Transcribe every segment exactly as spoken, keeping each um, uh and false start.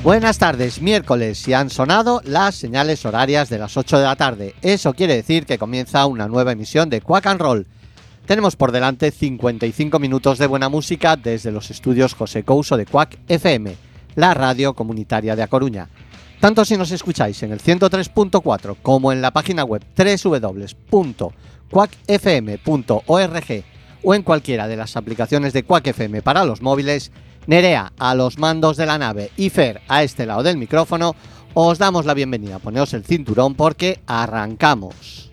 Buenas tardes, miércoles, y han sonado las señales horarias de las ocho de la tarde. Eso quiere decir que comienza una nueva emisión de Quack and Roll. Tenemos por delante cincuenta y cinco minutos de buena música desde los estudios José Couso de Quack F M, la radio comunitaria de A Coruña. Tanto si nos escucháis en el ciento tres punto cuatro como en la página web doble u doble u doble u punto quack f m punto org o en cualquiera de las aplicaciones de Quack F M para los móviles, Nerea a los mandos de la nave y Fer a este lado del micrófono, os damos la bienvenida. Poneos el cinturón porque arrancamos.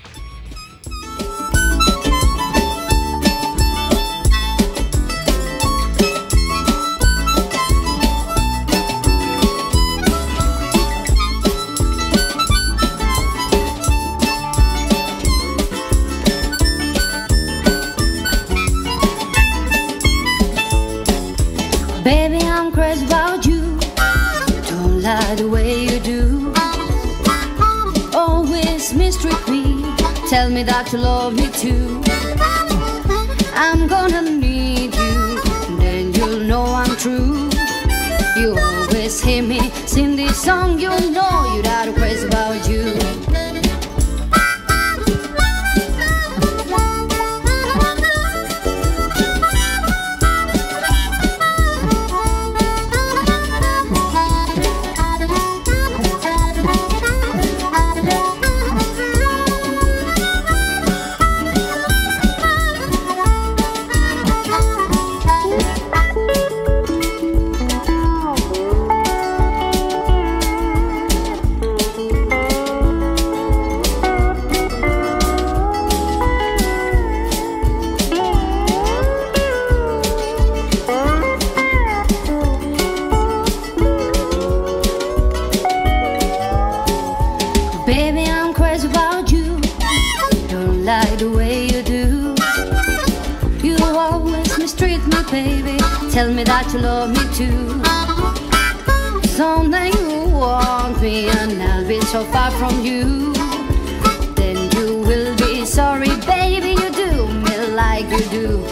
Baby, I'm crazy about you. Don't lie the way you do. Always mistreat me. Tell me that you love me too. I'm gonna need you, then you'll know I'm true. You always hear me sing this song. You know you're that crazy about you. Tell me that you love me too. Someday you want me and I'll be so far from you. Then you will be sorry, baby, you do me like you do.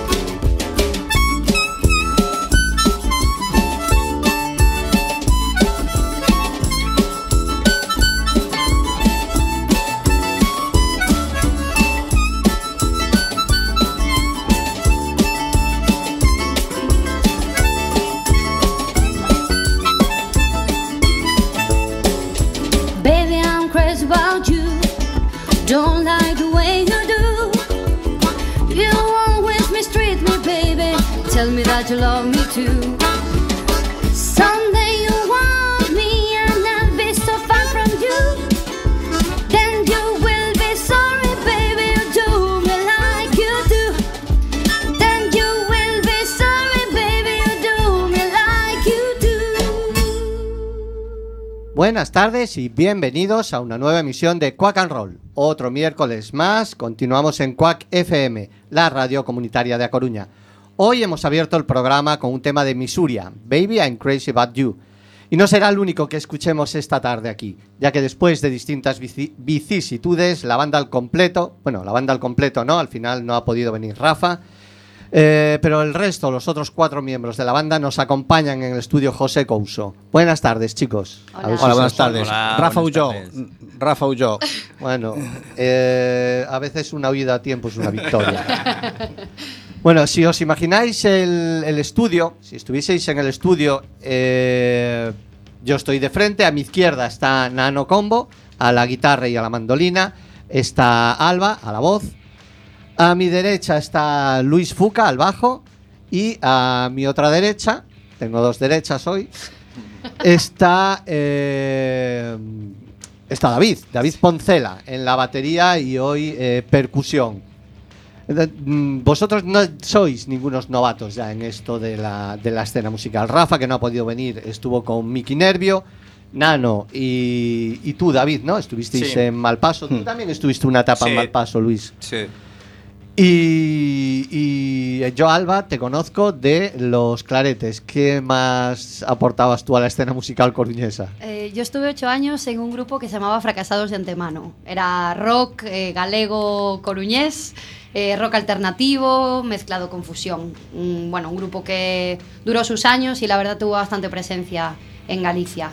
Don't like the way you do. You always mistreat me, baby. Tell me that you love me too. Someday you want me and I'll be so far from you. Then you will be sorry, baby, you do me like you do. Then you will be sorry, baby, you do me like you do. Buenas tardes y bienvenidos a una nueva emisión de Quack and Roll. Otro miércoles más, continuamos en Quack F M, la radio comunitaria de A Coruña. Hoy hemos abierto el programa con un tema de Misuria, Baby I'm Crazy About You. Y no será el único que escuchemos esta tarde aquí, ya que después de distintas vici- vicisitudes, la banda al completo, bueno, la banda al completo no, al final no ha podido venir Rafa, eh, pero el resto, los otros cuatro miembros de la banda, nos acompañan en el estudio José Couso. Buenas tardes, chicos. Hola, ver si Hola se buenas os- tardes. Hola, Rafa buenas huyó. tardes. Rafa huyó. Bueno, eh, a veces una huida a tiempo es una victoria. Bueno, si os imagináis el, el estudio, si estuvieseis en el estudio, eh, yo estoy de frente, a mi izquierda está Nano Combo, a la guitarra y a la mandolina, está Alba, a la voz, a mi derecha está Luis Fuca, al bajo, y a mi otra derecha, tengo dos derechas hoy, está... Eh, Está David, David Poncela en la batería y hoy eh, percusión. Vosotros no sois ningunos novatos ya en esto de la, de la escena musical. Rafa, que no ha podido venir, estuvo con Miki Nervio. Nano y, y tú, David, ¿no? Estuvisteis Sí. en Malpaso. Tú Hmm. también estuviste una etapa Sí. en Malpaso, Luis. Sí. Y, y yo, Alba, te conozco de Los Claretes. ¿Qué más aportabas tú a la escena musical coruñesa? Eh, yo estuve ocho años en un grupo que se llamaba Fracasados de Antemano. Era rock eh, galego coruñés, eh, rock alternativo mezclado con fusión. Un, bueno, un grupo que duró sus años y la verdad tuvo bastante presencia en Galicia.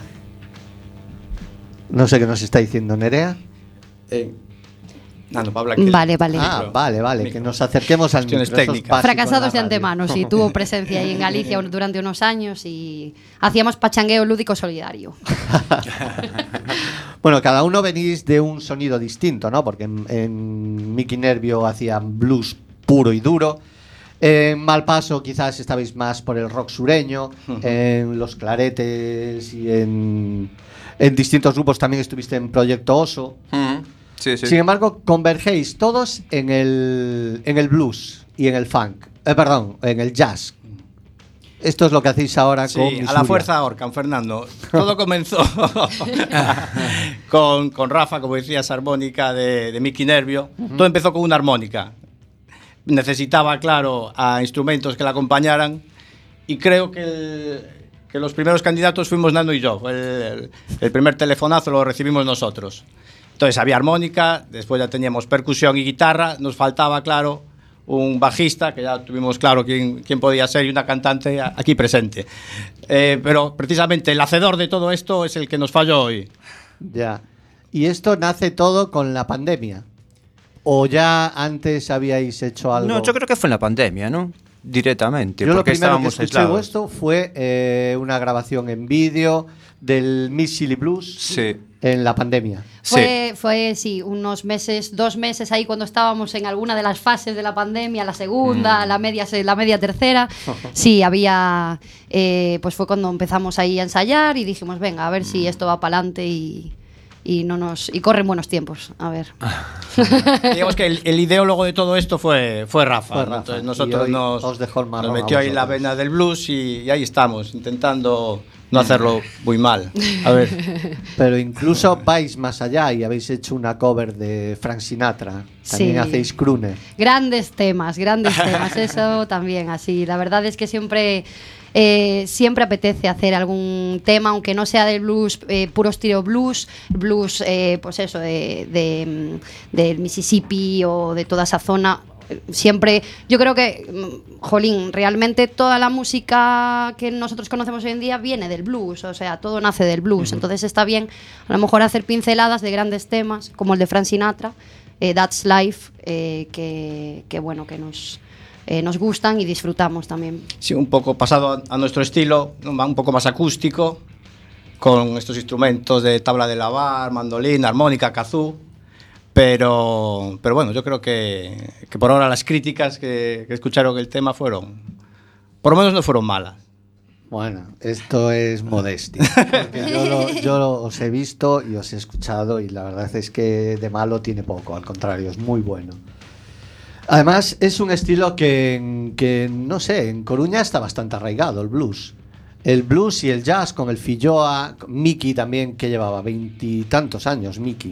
No sé qué nos está diciendo Nerea. Eh, no, no, Pablo, aquí. Vale, vale. Ah, Micro. vale, vale, Micro. que nos acerquemos al micro. Cuestiones eso es técnicas. básico en la Fracasados de radio. antemano, sí, tuvo presencia ahí en Galicia durante unos años y hacíamos pachangueo lúdico solidario. Bueno, cada uno venís de un sonido distinto, ¿no? Porque en, en Mickey Nervio hacían blues puro y duro. En Malpaso quizás estabais más por el rock sureño. Uh-huh. En Los Claretes y en, en distintos grupos también estuviste en Proyecto Oso. Uh-huh. Sí, sí. Sin embargo, convergéis todos en el, en el blues y en el funk. Eh, perdón, en el jazz. Esto es lo que hacéis ahora sí, con a Misuria. la fuerza Orcan, Fernando. Todo comenzó con, con Rafa, como decías, armónica de, de Mickey Nervio. Uh-huh. Todo empezó con una armónica. Necesitaba, claro, a instrumentos que la acompañaran y creo que, el, que los primeros candidatos fuimos Nano y yo. El, el, el primer telefonazo lo recibimos nosotros. Entonces había armónica, después ya teníamos percusión y guitarra, nos faltaba, claro, un bajista, que ya tuvimos claro quién, quién podía ser, y una cantante aquí presente. Eh, pero precisamente el hacedor de todo esto es el que nos falló hoy. Ya. Y esto nace todo con la pandemia. ¿O ya antes habíais hecho algo? No, yo creo que fue en la pandemia, ¿no? Directamente. Yo lo porque primero que estábamos escuché aislados. vuestro fue eh, una grabación en vídeo del Miss Silly Blues Sí. en la pandemia. Fue, fue, sí, unos meses, dos meses ahí cuando estábamos en alguna de las fases de la pandemia, la segunda, mm. la media la media tercera. Sí, había, eh, pues fue cuando empezamos ahí a ensayar y dijimos, venga, a ver si esto va para adelante y... y no nos y corren buenos tiempos, a ver. Digamos que el, el ideólogo de todo esto fue, fue Rafa. Fue ¿no? Rafa. Entonces nosotros Y nos, os dejó el marrón nos metió a ahí la vosotros. vena del blues y, y ahí estamos, intentando no hacerlo muy mal. A ver. Pero incluso vais más allá y habéis hecho una cover de Frank Sinatra. También Sí. hacéis crooner. Grandes temas, grandes temas, eso también, así. La verdad es que siempre... Eh, siempre apetece hacer algún tema, aunque no sea del blues, eh, puro estilo blues, blues, eh, pues eso, de, de, del Mississippi o de toda esa zona. Siempre, yo creo que, jolín, realmente toda la música que nosotros conocemos hoy en día viene del blues, o sea, todo nace del blues. Uh-huh. Entonces está bien, a lo mejor hacer pinceladas de grandes temas, como el de Frank Sinatra, eh, That's Life, eh, que, que bueno, que nos... Eh, nos gustan y disfrutamos también. Sí, un poco pasado a, a nuestro estilo, un poco más acústico, con estos instrumentos de tabla de lavar, mandolina, armónica, kazoo. Pero, pero bueno, yo creo que, que por ahora las críticas que, que escucharon el tema fueron, por lo menos no fueron malas. Bueno, esto es modestia. Porque yo, lo, yo lo, os he visto y os he escuchado y la verdad es que de malo tiene poco, al contrario, es muy bueno. Además, es un estilo que, que, no sé, en Coruña está bastante arraigado, el blues. El blues y el jazz con el Filloa, Mickey también, que llevaba veintitantos años, Mickey.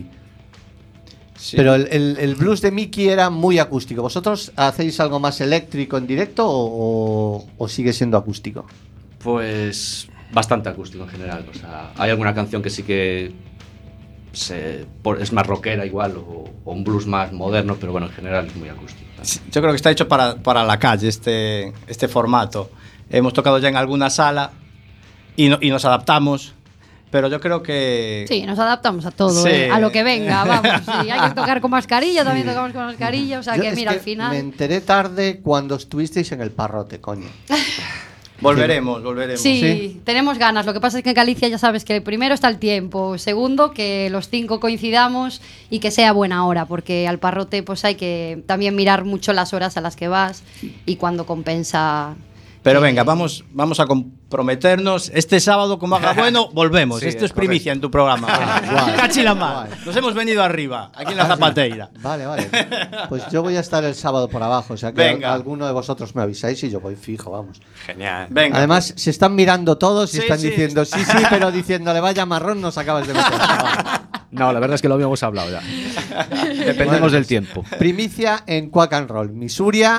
Sí. Pero el, el, el blues de Mickey era muy acústico. ¿Vosotros hacéis algo más eléctrico en directo o, o, o sigue siendo acústico? Pues bastante acústico en general. O sea, hay alguna canción que sí que... Se, por, es más rockera igual o, o un blues más moderno, pero bueno, en general es muy acústico. Sí, yo creo que está hecho para, para la calle este, este formato. Hemos tocado ya en alguna sala y, no, y nos adaptamos, pero yo creo que... Sí, nos adaptamos a todo, sí. eh, a lo que venga, vamos. Sí, hay que tocar con mascarilla, también sí. tocamos con mascarilla, o sea yo que mira, que al final... Me enteré tarde cuando estuvisteis en el Parrote, coño. Volveremos, volveremos. Sí, sí, tenemos ganas. Lo que pasa es que en Galicia ya sabes que primero está el tiempo, segundo que los cinco coincidamos y que sea buena hora, porque al Parrote pues hay que también mirar mucho las horas a las que vas y cuando compensa. Pero que... venga, vamos, vamos a comprometernos. Este sábado, como haga bueno, volvemos. Sí, esto es primicia en tu programa. Cachilama. Nos hemos venido arriba, aquí en la Zapateira. Vale, vale. Pues yo voy a estar el sábado por abajo, o sea que venga. Alguno de vosotros me avisáis y yo voy fijo, vamos. Genial. Venga. Además, se están mirando todos y sí, están sí. diciendo sí, sí, pero diciéndole vaya marrón nos acabas de meter. No, la verdad es que lo habíamos hablado ya. Dependemos Bueno, del tiempo. Primicia en Quack and Roll, Misuria.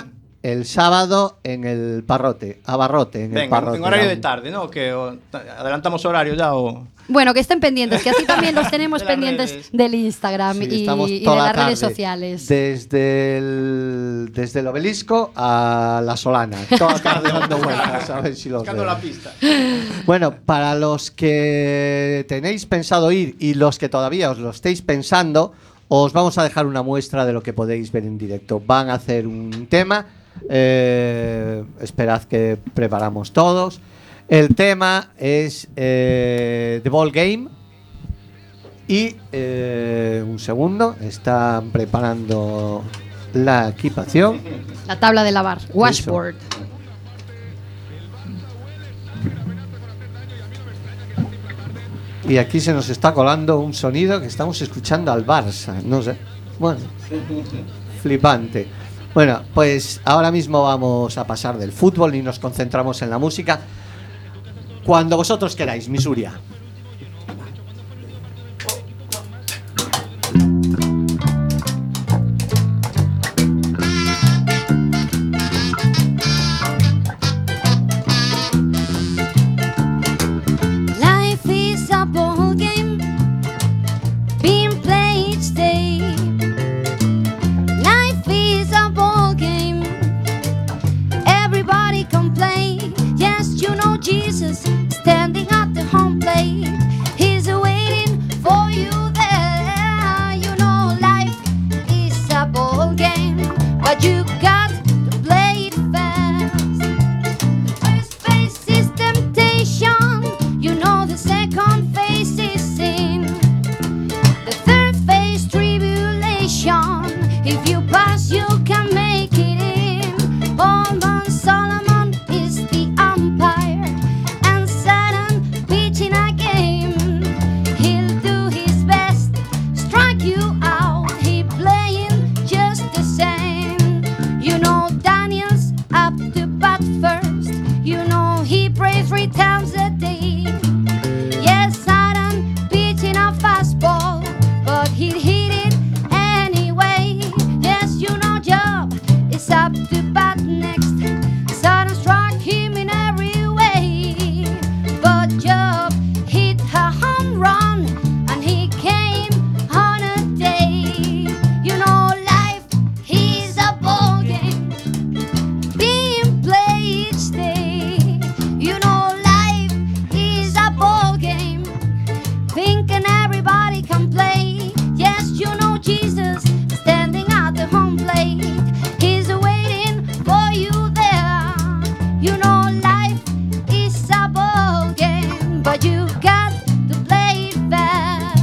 el sábado en el Parrote, Abarrote, en el Venga, Parrote. en horario ¿no? de tarde, ¿no? Que o, adelantamos horario ya o... Bueno, que estén pendientes, que así también los tenemos De las pendientes redes. del Instagram Sí, y, estamos y de toda la las redes tarde, sociales. Desde el, desde el Obelisco a la Solana. Toda la tarde dando vueltas, a ver si los Buscando veo. la pista. Bueno, para los que tenéis pensado ir y los que todavía os lo estéis pensando, os vamos a dejar una muestra de lo que podéis ver en directo. Van a hacer un tema, eh, esperad que preparamos todos. El tema es eh, The Ball Game. Y eh, un segundo, están preparando la equipación. La tabla de lavar, washboard. Y aquí se nos está colando un sonido que estamos escuchando al Barça. No sé. Bueno, flipante. Bueno, pues ahora mismo vamos a pasar del fútbol y nos concentramos en la música. Cuando vosotros queráis, Misuria. Life is a ball game being played each day. Life is a ball game. Everybody can play. Yes, you know Jesus standing at the home plate. He's waiting for you there. You know life is a ball game, but you got to play it fast. First phase is temptation. You know the second phase is sin. The third phase tribulation. If you pass, you can make it in. Bowman Solomon is the umpire, and Satan pitching a game. He'll do his best, strike you out. He playing just the same. You know Daniel's up to bat first. You know he prays three times a day. Yes, Satan pitching a fastball, but he hit it anyway. Yes, you know Job is up to bat next. Satan struck him in every way, but Job hit a home run and he came on a day. You know life is a ball game being played each day. You know life is a ball game, thinking everybody can play. Yes, you know Jesus standing at the home plate. He's waiting for you there. You know life is a ball game, but you got to play it fast.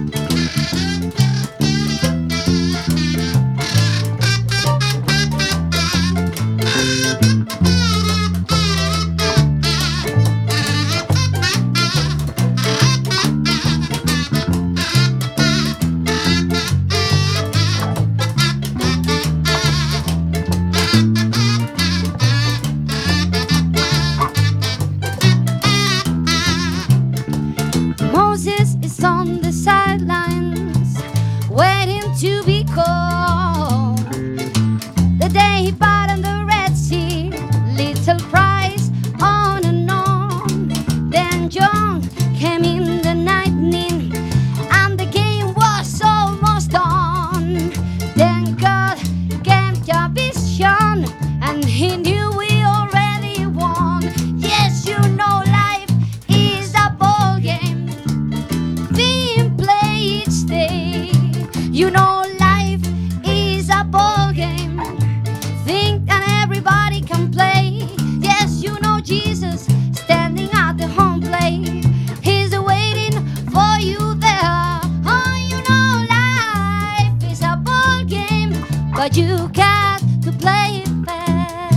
Moses is on the sidelines, waiting to be called. The day he parted the Red Sea, little prize on and on. Then John came in the lightning, and the game was almost on. Then God gave a vision, and he knew we already won. Yes, you know life is a ball game being played each day. You know life is a ball game, think that everybody can play. Yes, you know Jesus standing at the home plate. He's waiting for you there. Oh, you know life is a ball game, but you got to play it fast.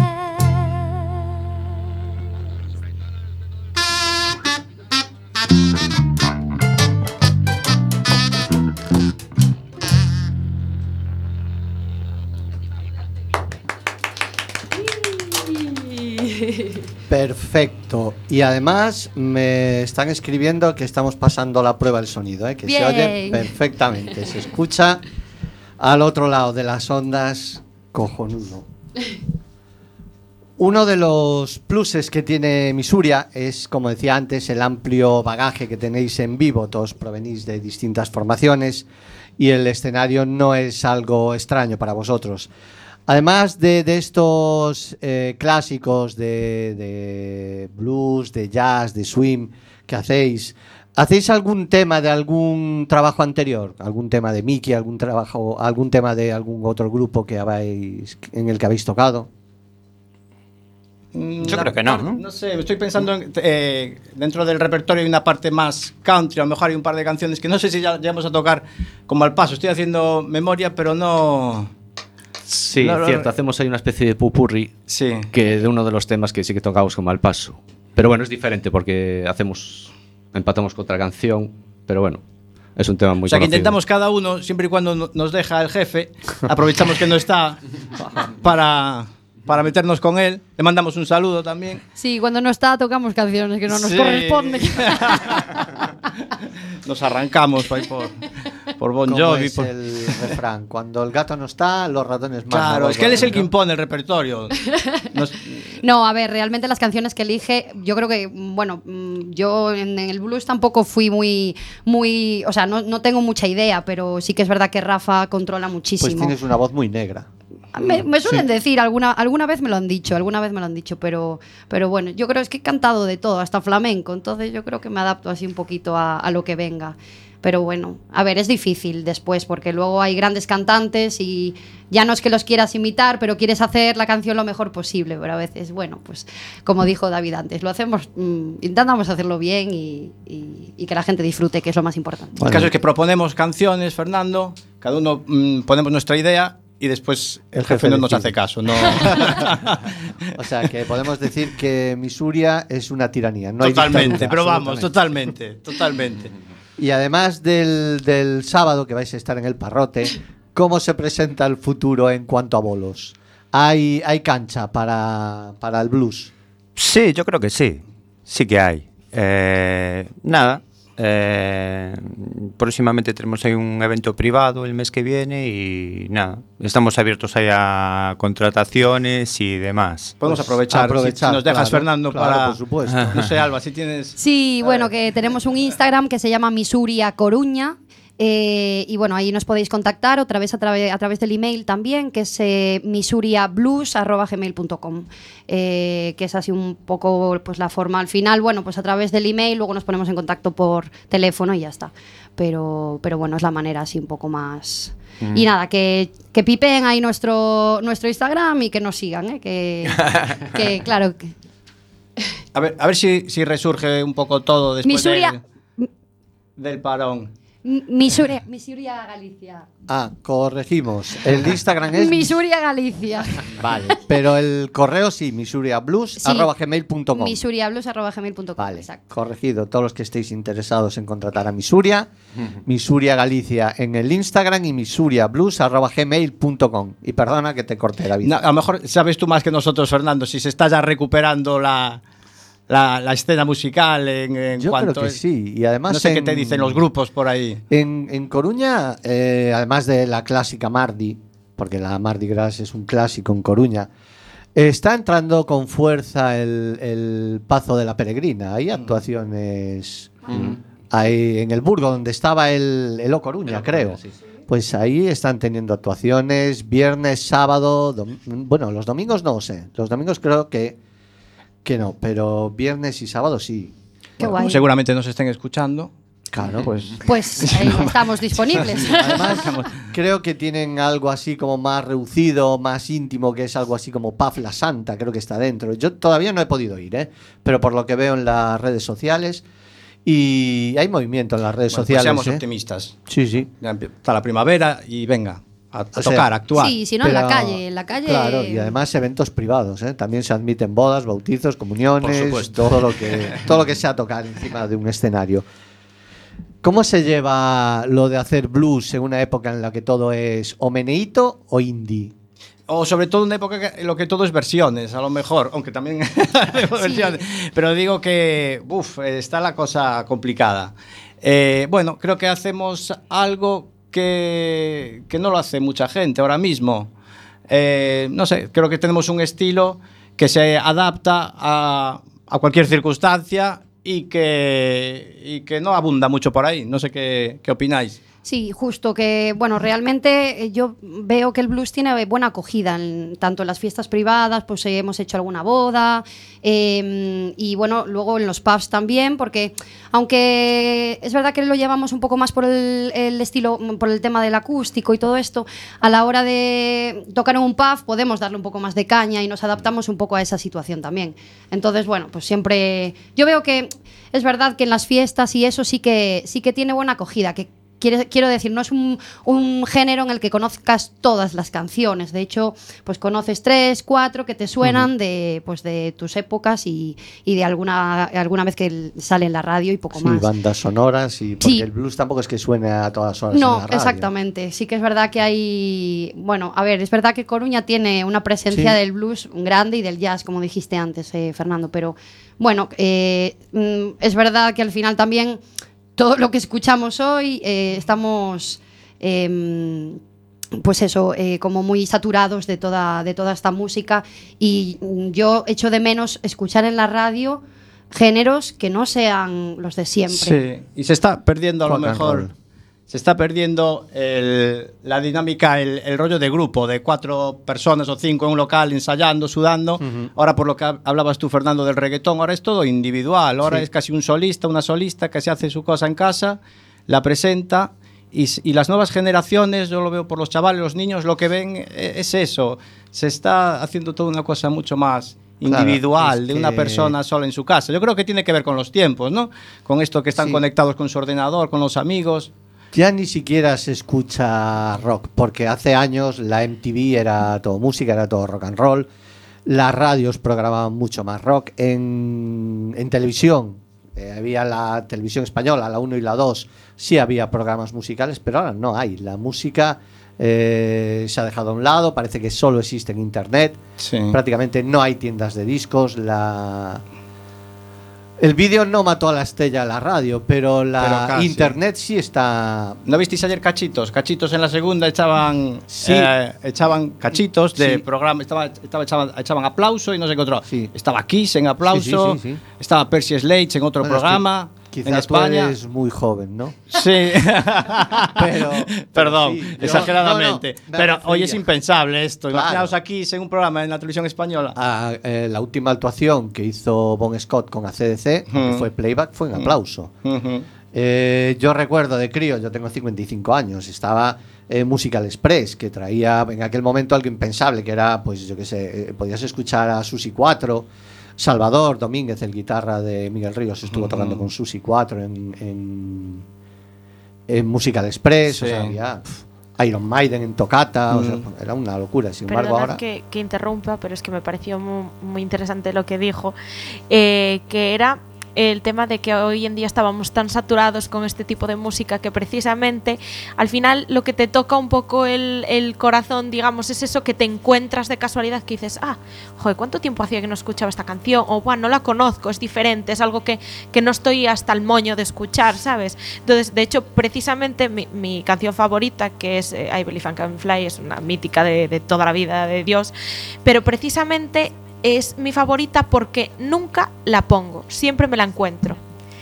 Perfecto. Y además me están escribiendo que estamos pasando la prueba del sonido, ¿eh? Que se Bien. oye perfectamente. Se escucha al otro lado de las ondas, cojonudo. Uno de los pluses que tiene Misuria es, como decía antes, el amplio bagaje que tenéis en vivo. Todos provenís de distintas formaciones y el escenario no es algo extraño para vosotros. Además de, de estos eh, clásicos de, de blues, de jazz, de swing que hacéis, ¿hacéis algún tema de algún trabajo anterior? ¿Algún tema de Mickey, algún trabajo, algún tema de algún otro grupo que habéis, en el que habéis tocado? Yo creo que no, ¿no? No sé, estoy pensando en, eh, dentro del repertorio hay una parte más country, a lo mejor hay un par de canciones que no sé si ya llegamos a tocar como al paso. Estoy haciendo memoria, pero no... Sí, No, no, cierto, no. hacemos ahí una especie de pupurri Sí. que de uno de los temas que sí que tocamos como al paso. Pero bueno, es diferente porque hacemos empatamos con otra canción, pero bueno, es un tema muy O sea, que conocido. intentamos cada uno, siempre y cuando no- nos deja el jefe, aprovechamos que no está para, para meternos con él. Le mandamos un saludo también. Sí, cuando no está tocamos canciones que no nos Sí. corresponden. Nos arrancamos ahí por, por Bon ¿Cómo Jovi. es por- el refrán? Cuando el gato no está, los ratones más. Claro, no es que él es el que ¿no? impone el repertorio. Nos- No, a ver, realmente las canciones que elige, yo creo que, bueno, mm, yo en, en el blues tampoco fui muy, muy, o sea, no, no tengo mucha idea, pero sí que es verdad que Rafa controla Pues muchísimo. tienes una voz muy negra. Me, me suelen decir, alguna, alguna vez me lo han dicho, alguna vez me lo han dicho, pero, pero bueno, yo creo es que he cantado de todo, hasta flamenco, entonces yo creo que me adapto así un poquito a, a lo que venga. Pero bueno, a ver, es difícil después, porque luego hay grandes cantantes y ya no es que los quieras imitar, pero quieres hacer la canción lo mejor posible, pero a veces, bueno, pues como dijo David antes, lo hacemos, mm, intentamos hacerlo bien y, y- y que la gente disfrute, que es lo más importante. El caso es que proponemos canciones, Fernando, cada uno mm, ponemos nuestra idea y después el, El jefe, jefe no nos decide. hace caso. No. O sea, que podemos decir que Misuria es una tiranía. No hay totalmente, dictadura, pero vamos, absolutamente. totalmente, totalmente. Y además del, del sábado que vais a estar en el Parrote, ¿cómo se presenta el futuro en cuanto a bolos? ¿Hay, hay cancha para, para el blues? Sí, yo creo que sí. Sí que hay. Eh, nada. eh, próximamente tenemos ahí un evento privado el mes que viene y nada. Estamos abiertos ahí a contrataciones y demás. Podemos Pues aprovechar, aprovechar, si nos dejas, claro, Fernando, claro, para... por supuesto. No sé, Alba, si tienes... Sí, bueno, que tenemos un Instagram que se llama Misuria Coruña. eh, y bueno, ahí nos podéis contactar otra vez a, trave- a través del email también, que es eh, misuriablues arroba gmail punto com, eh, que es así un poco pues la forma al final. Bueno, pues a través del email, luego nos ponemos en contacto por teléfono y ya está. Pero, pero bueno, es la manera así un poco más... Y nada, que, que pipeen ahí nuestro, nuestro Instagram y que nos sigan, ¿eh? que, que claro... que- A ver, a ver si, si resurge un poco todo después Misuria- del, del parón. M- Misuria, Misuria Galicia. Ah, corregimos. El Instagram es... Misuria Galicia. Vale, pero el correo sí, misuriablues Sí. arroba gmail punto com. misuriablues arroba gmail punto com. Vale, Exacto. corregido. Todos los que estéis interesados en contratar a Misuria, Misuria Galicia en el Instagram y misuriablues arroba gmail punto com. Y perdona que te corte la No, vida. a lo mejor sabes tú más que nosotros, Fernando, si se está ya recuperando la, la, la escena musical en, en Yo cuanto... creo que sí. Y además No sé qué en- te dicen los grupos por ahí. En, en Coruña, eh, además de la clásica Mardi, porque la Mardi Gras es un clásico en Coruña, está entrando con fuerza el, el Pazo de la Peregrina. Hay actuaciones ahí en el Burgo, donde estaba el, el O Coruña, creo. Pues ahí están teniendo actuaciones viernes, sábado, dom- bueno, los domingos no sé. Los domingos creo que, que no, pero viernes y sábado sí. Qué Bueno, guay. seguramente nos estén escuchando. Claro, pues Pues ahí estamos disponibles. además, creo que tienen algo así como más reducido, más íntimo, que es algo así como Paf la Santa, creo que está dentro. Yo todavía no he podido ir, ¿eh? Pero por lo que veo en las redes sociales, y hay movimiento en las redes Bueno, pues sociales. seamos ¿eh? optimistas. Sí, sí. Ya empieza la primavera y venga, a, a O sea, tocar, a actuar. Sí, si no en la Pero- calle, en la calle. Claro, y además eventos privados, ¿eh? También se admiten bodas, bautizos, comuniones, Por supuesto. todo lo que todo lo que sea tocar encima de un escenario. ¿Cómo se lleva lo de hacer blues en una época en la que todo es o meneíto o indie? O sobre todo en una época que- en lo que todo es versiones, a lo mejor, aunque también versiones. Pero digo que, uf, está la cosa complicada. Eh, bueno, creo que hacemos algo que, que no lo hace mucha gente ahora mismo. Eh, no sé, creo que tenemos un estilo que se adapta a, a cualquier circunstancia y que, y que no abunda mucho por ahí. No sé qué, qué opináis. Sí, justo que, bueno, realmente eh, yo veo que el blues tiene buena acogida, en, tanto en las fiestas privadas, pues eh, hemos hecho alguna boda, eh, y bueno, luego en los pubs también, porque aunque es verdad que lo llevamos un poco más por el, el estilo, por el tema del acústico y todo esto, a la hora de tocar en un pub podemos darle un poco más de caña y nos adaptamos un poco a esa situación también. Entonces, bueno, pues siempre, yo veo que es verdad que en las fiestas y eso sí que, sí que tiene buena acogida, que Quiero, quiero decir, no es un, un género en el que conozcas todas las canciones. De hecho, pues conoces tres, cuatro que te suenan uh-huh. de, pues de tus épocas y, y de alguna, alguna vez que sale en la radio y poco sí, más. Sí, bandas sonoras y porque sí. el blues tampoco es que suene a todas horas no, en la radio. Exactamente. Sí que es verdad que hay... Bueno, a ver, es verdad que Coruña tiene una presencia sí. del blues grande y del jazz, como dijiste antes, eh, Fernando, pero bueno, eh, es verdad que al final también... Todo lo que escuchamos hoy eh, estamos, eh, pues eso, eh, como muy saturados de toda, de toda esta música y yo echo de menos escuchar en la radio géneros que no sean los de siempre. Sí, y se está perdiendo a lo mejor, se está perdiendo el, la dinámica, el, el rollo de grupo, de cuatro personas o cinco en un local ensayando, sudando. Uh-huh. Ahora, por lo que hablabas tú, Fernando, del reggaetón, ahora es todo individual. Ahora sí. es casi un solista, una solista que se hace su cosa en casa, la presenta y, y las nuevas generaciones, yo lo veo por los chavales, los niños, lo que ven es eso. Se está haciendo toda una cosa mucho más individual, claro, es de que... una persona sola en su casa. Yo creo que tiene que ver con los tiempos, ¿no? Con esto que están sí. conectados con su ordenador, con los amigos. Ya ni siquiera se escucha rock, porque hace años la M T V era todo música, era todo rock and roll. Las radios programaban mucho más rock. En, en televisión, eh, había la televisión española, la uno y la dos, sí había programas musicales, pero ahora no hay. La música eh, se ha dejado a un lado, parece que solo existe en internet. Sí. Prácticamente no hay tiendas de discos. La... El vídeo no mató a la estrella a la radio, pero la pero internet sí está... ¿No visteis ayer cachitos? Cachitos en la segunda echaban sí. eh, echaban cachitos de sí. programa, estaba, estaba echaban, echaban aplauso y no sé qué otro. Sí. Estaba Kiss en aplauso, sí, sí, sí, sí. estaba Percy Sledge en otro bueno, programa. Es que quizás en España. Tú eres muy joven, ¿no? Sí. pero, Perdón, sí, yo, exageradamente. No, no, pero hoy es impensable esto. Claro. Imaginaos aquí en un programa en la televisión española. Ah, eh, la última actuación que hizo Bon Scott con A C D C, uh-huh. que fue playback, fue en aplauso. Uh-huh. Eh, yo recuerdo de crío, yo tengo cincuenta y cinco años, estaba eh, Musical Express, que traía en aquel momento algo impensable, que era, pues yo qué sé, eh, podías escuchar a Susi cuatro. Salvador Domínguez, el guitarra de Miguel Ríos, estuvo uh-huh. tocando con Susi cuatro en, en, en Musical Express, sí. o sea, había pff, Iron Maiden en Tocata, uh-huh. o sea, era una locura. Sin embargo, ahora que, que interrumpa, pero es que me pareció muy, muy interesante lo que dijo, eh, que era el tema de que hoy en día estábamos tan saturados con este tipo de música que precisamente al final lo que te toca un poco el, el corazón, digamos, es eso que te encuentras de casualidad que dices, ah, joder, ¿cuánto tiempo hacía que no escuchaba esta canción? O bueno, no la conozco, es diferente, es algo que, que no estoy hasta el moño de escuchar, ¿sabes? Entonces, de hecho, precisamente mi, mi canción favorita, que es eh, I Believe I Can Fly, es una mítica de, de toda la vida de Dios, pero precisamente es mi favorita porque nunca la pongo, siempre me la encuentro.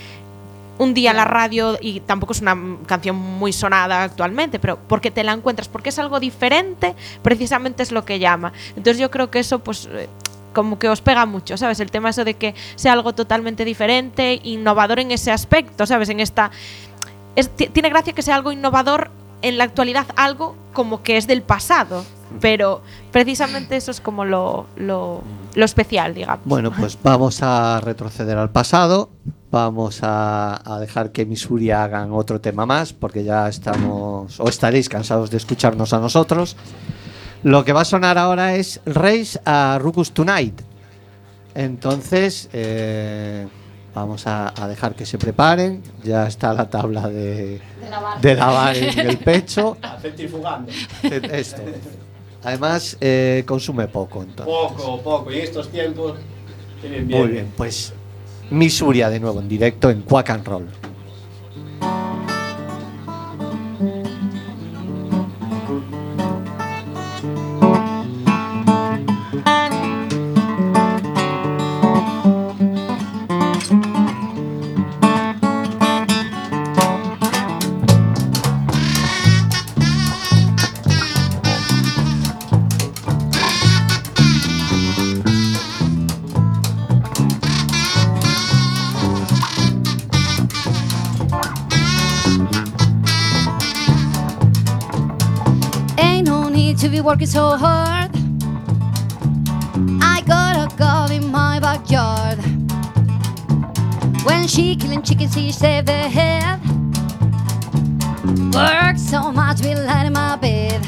Un día en la radio, y tampoco es una canción muy sonada actualmente, pero porque te la encuentras, porque es algo diferente, precisamente es lo que llama. Entonces yo creo que eso pues como que os pega mucho, ¿sabes? El tema eso de que sea algo totalmente diferente, innovador en ese aspecto, ¿sabes? En esta es, t- tiene gracia que sea algo innovador en la actualidad, algo como que es del pasado, pero precisamente eso es como lo, lo, lo especial, digamos. Bueno, pues vamos a retroceder al pasado, vamos a, a dejar que Missouri hagan otro tema más, porque ya estamos, o estaréis cansados de escucharnos a nosotros. Lo que va a sonar ahora es Race a Ruckus Tonight. Entonces, eh, vamos a, a dejar que se preparen. Ya está la tabla de, de lavar, de lavar en el pecho. Centrifugando. Esto. Además, eh, consume poco. Entonces. Poco, poco. Y en estos tiempos tienen bien. Muy bien, pues Missouri de nuevo en directo en Quack and Roll. be working so hard. I got a girl in my backyard. When she killing chickens, she shaved their head. Work so much, we light in my bed.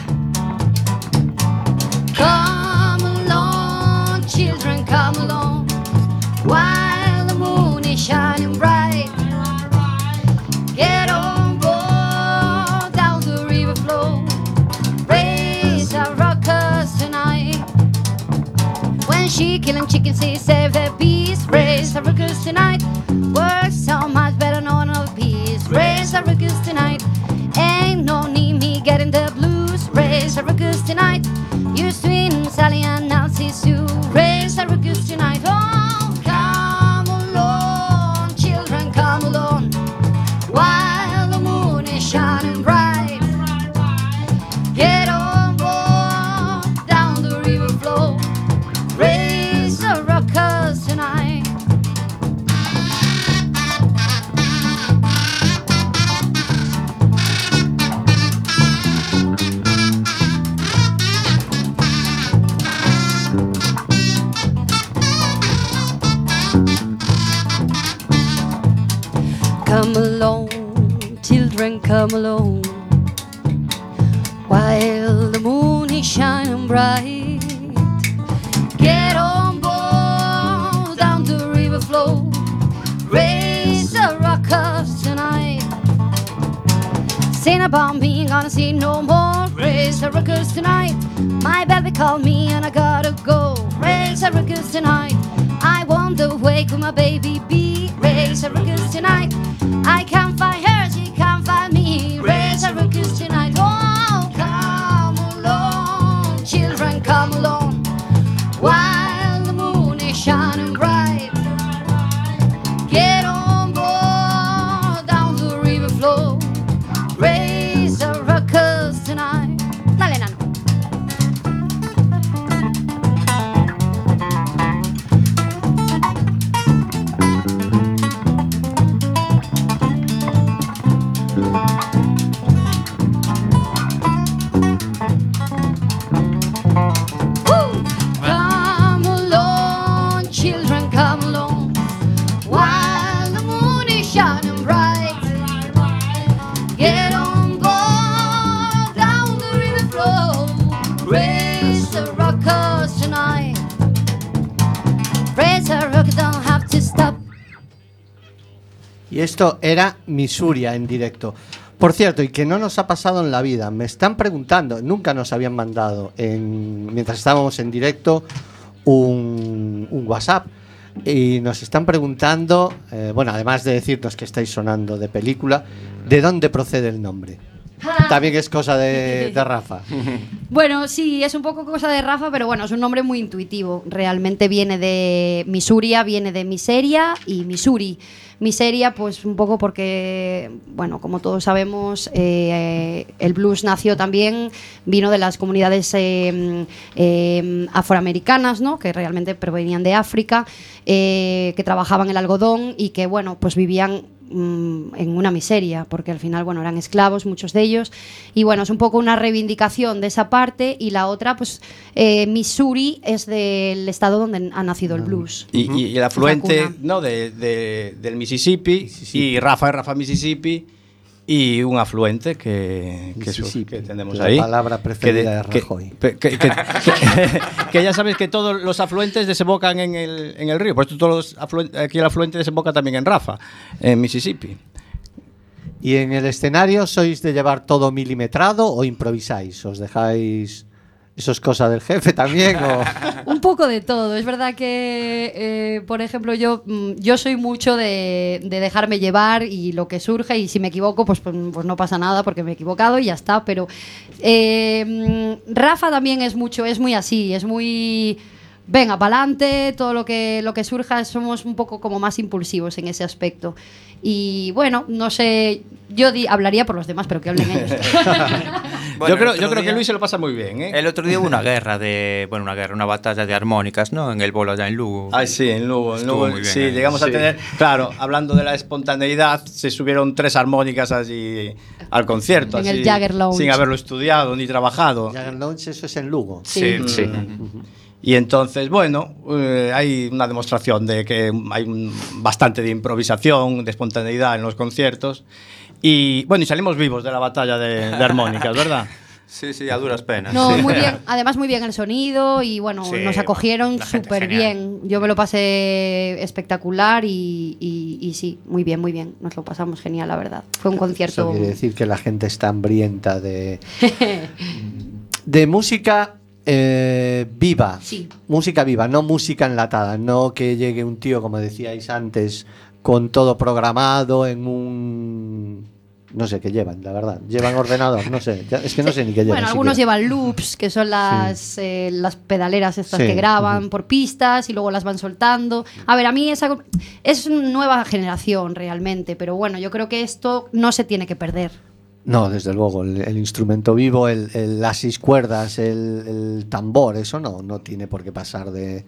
Come along, children, come along, while the moon is shining bright. Get on board, down the river flow, raise our rockers tonight. When she killing chickens, she save the bees, raise our rockers tonight. Work so much, better know no peace, raise our rockers tonight. Ain't no need me getting the blues, raise our rockers tonight. You swing Sally and Nancy Sue, raise our rockers tonight. Oh, come along, children, come along, while the moon is shining bright. Get on board, down the river flow, raise the rockers tonight. Come along, children, come along, while the moon is shining bright. Get on board, down the river flow, raise the rockers tonight. Sing about me, ain't gonna see no more, raise the rockers tonight. My baby called me and I gotta go, raise the rockers tonight. I wander awake with my baby bee, raise the rockers tonight. I can't find her, she can't find me, raise the rockers tonight. Oh, come along, children, come along, while the moon is shining bright. Get on board, down the river flow, raise the rockers tonight. Dale, nano. Woo! Come along, children, come along, while the moon is shining bright. Get on board, down the river flow, raise the rockers tonight. Raise the rockers, don't have to stop. Y esto era Misuria en directo. Por cierto, y que no nos ha pasado en la vida, me están preguntando, nunca nos habían mandado, en, mientras estábamos en directo, un, un WhatsApp, y nos están preguntando, eh, bueno, además de decirnos que estáis sonando de película, ¿de dónde procede el nombre? También es cosa de, de Rafa. Bueno, sí, es un poco cosa de Rafa, pero bueno, es un nombre muy intuitivo. Realmente viene de Misuria, viene de miseria y Missouri. Miseria, pues un poco porque, bueno, como todos sabemos, eh, el blues nació también, vino de las comunidades eh, eh, afroamericanas, ¿no? Que realmente provenían de África, eh, que trabajaban el algodón y que, bueno, pues vivían en una miseria, porque al final, bueno, eran esclavos muchos de ellos, y bueno, es un poco una reivindicación de esa parte, y la otra, pues eh, Missouri es del estado donde ha nacido el blues. Y, y, y el afluente, ¿no? de, de, del Mississippi, Mississippi, y Rafa es Rafa Mississippi, y un afluente que, que, eso, que tenemos la ahí. La palabra preferida que de, de Rajoy. Que, que, que, que, que ya sabes que todos los afluentes desembocan en el, en el río. Por esto todos los afluentes, aquí el afluente desemboca también en Rafa, en Mississippi. ¿Y en el escenario sois de llevar todo milimetrado o improvisáis? ¿Os dejáis... ¿Eso es cosa del jefe también? O... Un poco de todo. Es verdad que, eh, por ejemplo, yo, yo soy mucho de, de dejarme llevar y lo que surge, y si me equivoco, pues, pues, pues no pasa nada porque me he equivocado y ya está. Pero eh, Rafa también es mucho, es muy así, es muy... Venga, pa'lante, todo lo que, lo que surja, somos un poco como más impulsivos en ese aspecto. Y bueno, no sé, yo di, hablaría por los demás, pero que hablen ellos. Bueno, yo creo, el yo otro creo que día- Luis se lo pasa muy bien, ¿eh? El otro día hubo una guerra de. Bueno, una guerra, una batalla de armónicas, ¿no? En el bolo allá en Lugo. Ay, sí, en Lugo. En Estuvo Lugo muy bien, sí, ¿eh? llegamos a Sí. tener. Claro, hablando de la espontaneidad, se subieron tres armónicas allí al concierto. En el así, Jagger Lounge. Sin haberlo estudiado ni trabajado. Jagger Lounge, eso es en Lugo. Sí, Sí. Y entonces, bueno, eh, hay una demostración de que hay un- bastante de improvisación, de espontaneidad en los conciertos. Y bueno, y salimos vivos de la batalla de, de armónicas, ¿verdad? Sí, sí, a duras penas. No, Sí. muy bien. Además, muy bien el sonido y bueno, Sí, nos acogieron la gente súper genial. bien. Yo me lo pasé espectacular y, y- y sí, muy bien, muy bien. Nos lo pasamos genial, la verdad. Fue un Eso concierto. quiere decir que la gente está hambrienta de, de música eh, viva. Sí. Música viva, no música enlatada. No que llegue un tío, como decíais antes, con todo programado en un... No sé qué llevan, la verdad. Llevan ordenador, no sé. Ya- Es que no sé ni qué llevan. Bueno, algunos siquiera. llevan loops, que son las, eh, las pedaleras estas Sí, que graban ujú. por pistas y luego las van soltando. A ver, a mí esa es una nueva generación realmente, pero bueno, yo creo que esto no se tiene que perder. No, desde luego, el, el instrumento vivo, el, el- las seis cuerdas, el, el tambor, eso no, no tiene por qué pasar de,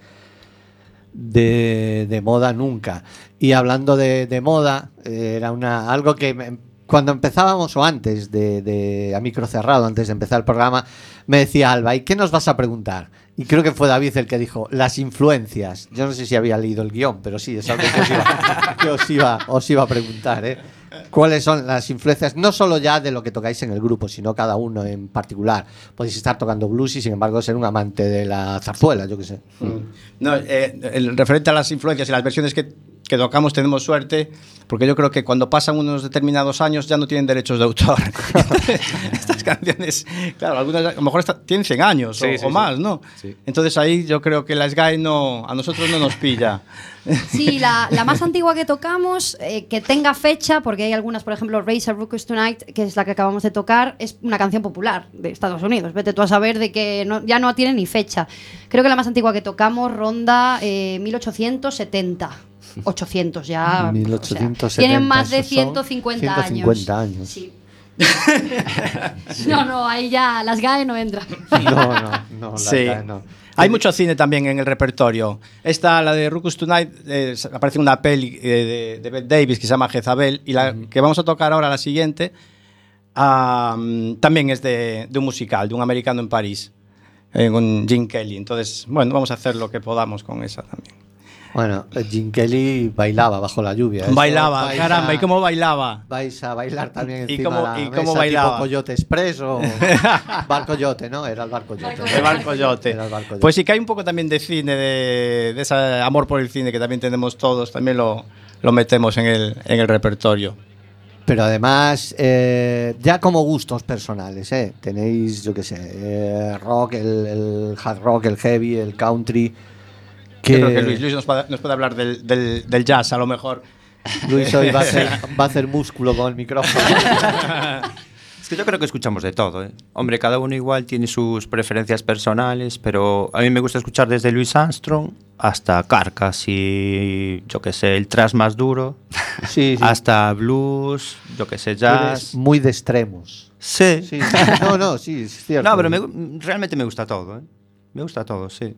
de, de moda nunca. Y hablando de, de moda, eh, era una algo que me- cuando empezábamos o antes de, de a micro cerrado, antes de empezar el programa, me decía Alba, ¿y qué nos vas a preguntar? Y creo que fue David el que dijo, las influencias. Yo no sé si había leído el guión, pero sí, es algo que os iba, que os iba, os iba a preguntar, ¿eh? ¿Cuáles son las influencias, no solo ya de lo que tocáis en el grupo, sino cada uno en particular? Podéis estar tocando blues y sin embargo ser un amante de la zarzuela, yo qué sé. No, eh, el referente a las influencias y las versiones que, que tocamos tenemos suerte, porque yo creo que cuando pasan unos determinados años ya no tienen derechos de autor. Estas canciones, claro, algunas a lo mejor está- tienen cien años Sí, o, sí, o sí. más, ¿no? Sí. Entonces ahí yo creo que la S G A E no, a nosotros no nos pilla. Sí, la, la más antigua que tocamos, eh, que tenga fecha, porque hay algunas, por ejemplo, Raise a Ruckus Tonight, que es la que acabamos de tocar, es una canción popular de Estados Unidos. Vete tú a saber de que no- ya no tiene ni fecha. Creo que la más antigua que tocamos ronda eh, mil ochocientos setenta. ochocientos ya. mil o sea, ochocientos setenta, tienen más de esos son ciento cincuenta años. ciento cincuenta años. Sí. No, no, ahí ya las G A E no entran. No, no, no, la Sí. verdad, no. Hay mucho cine también en el repertorio. Esta, la de Ruckus Tonight, eh, aparece en una peli eh, de, de Bette Davis que se llama Jezabel, y la que vamos a tocar ahora, la siguiente, ah, también es de, de un musical, de un americano en París, eh, con Gene Kelly. Entonces, bueno, vamos a hacer lo que podamos con esa también. Bueno, Jim Kelly bailaba bajo la lluvia. Eso Bailaba, vais caramba, a- ¿y cómo bailaba? Vais a bailar también ¿Y encima cómo- de la y cómo mesa, bailaba? tipo Coyote Express o Barco Yote, ¿no? Era el Barco Yote. El barco yote. Era el Barco Yote. Pues sí que hay un poco también de cine, de, de ese amor por el cine que también tenemos todos, también lo, lo metemos en el, en el repertorio. Pero además, eh, ya como gustos personales, ¿eh? Tenéis, yo qué sé, eh, rock, el, el hard rock, el heavy, el country. Yo creo que Luis, Luis nos, puede, nos puede hablar del, del, del jazz, a lo mejor. Luis hoy va a, hacer, va a hacer músculo con el micrófono. Es que yo creo que escuchamos de todo, ¿eh? Hombre, cada uno igual tiene sus preferencias personales, pero a mí me gusta escuchar desde Louis Armstrong hasta Carcass y, yo qué sé, el thrash más duro, Sí, sí. hasta blues, yo qué sé, Tú eres jazz. muy de extremos. Sí. Sí, sí. No, no, sí, es cierto. No, pero me gu- realmente me gusta todo, ¿eh? Me gusta todo, sí.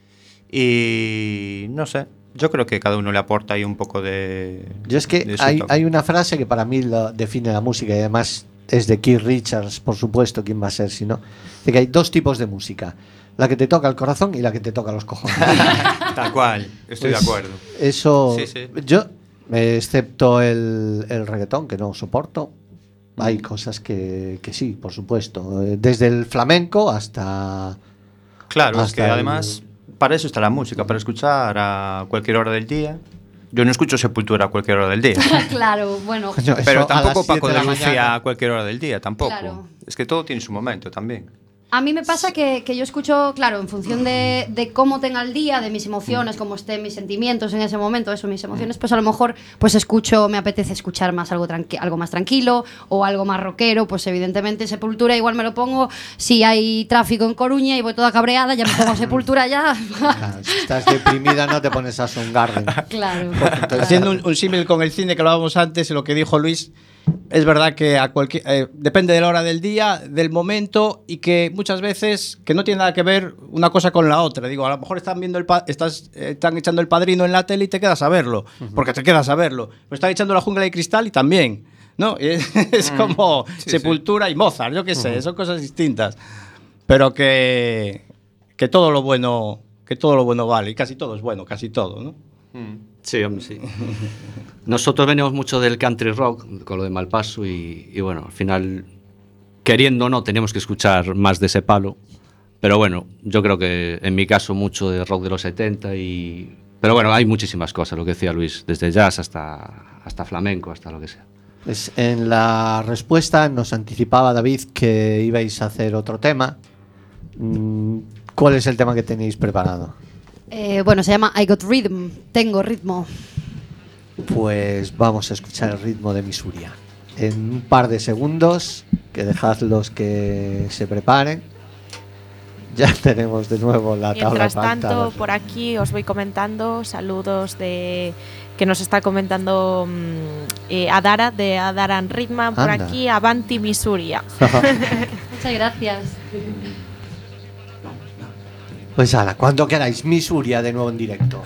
Y no sé, yo creo que cada uno le aporta ahí un poco de... Yo es que de su hay, toque. hay una frase que para mí lo define la música y además es de Keith Richards, por supuesto, quién va a ser si no. De que hay dos tipos de música, la que te toca el corazón y la que te toca los cojones. Tal cual, estoy Pues de acuerdo. Eso, Sí, sí. yo, eh, excepto el, el reggaetón, que no soporto, hay cosas que, que sí, por supuesto. Eh, Desde el flamenco hasta... Claro, es hasta que el- además para eso está la música, para escuchar a cualquier hora del día. Yo no escucho Sepultura a cualquier hora del día. Claro, bueno. Coño, eso Pero a tampoco las Paco siete de la Lucía mañana. a cualquier hora del día, tampoco. Claro. Es que todo tiene su momento también. A mí me pasa que, que yo escucho, claro, en función de, de cómo tenga el día, de mis emociones, cómo estén mis sentimientos en ese momento, eso, mis emociones, pues a lo mejor pues escucho, me apetece escuchar más algo, tranqui- algo más tranquilo o algo más rockero, pues evidentemente Sepultura igual me lo pongo si hay tráfico en Coruña y voy toda cabreada, ya me pongo Sepultura ya. Claro, si estás deprimida no te pones a Soundgarden. Claro. Haciendo un, un símil con el cine que hablábamos antes, lo que dijo Luis, es verdad que a cualquier, eh, depende de la hora del día, del momento, y que muchas veces que no tiene nada que ver una cosa con la otra. Digo, a lo mejor están viendo el pa- estás, eh, están echando El Padrino en la tele y te quedas a verlo, uh-huh. porque te quedas a verlo. Pues están echando La Jungla de Cristal y también, ¿no? Es, es como sí, Sepultura sí. y Mozart, yo qué sé, uh-huh. son cosas distintas. Pero que, que todo lo bueno, que todo lo bueno vale, y casi todo es bueno, casi todo, ¿no? Sí, hombre, sí. Nosotros venimos mucho del country rock, con lo de Malpaso, y, y bueno, al final, queriendo o no, teníamos que escuchar más de ese palo. Pero bueno, yo creo que en mi caso mucho de rock de los setenta y... Pero bueno, hay muchísimas cosas, lo que decía Luis, desde jazz hasta, hasta flamenco, hasta lo que sea. Pues en la respuesta nos anticipaba David que ibais a hacer otro tema. ¿Cuál es el tema que tenéis preparado? Eh, bueno, se llama I Got Rhythm, tengo ritmo. Pues vamos a escuchar el ritmo de Misuria. En un par de segundos, que dejad los que se preparen. Ya tenemos de nuevo la tabla. Mientras tanto, por aquí os voy comentando saludos de que nos está comentando mmm, eh, Adara, de Adaran Ritman, por Anda. aquí, Avanti Misuria. Muchas gracias. Pues ala, cuando queráis, Misuria de nuevo en directo.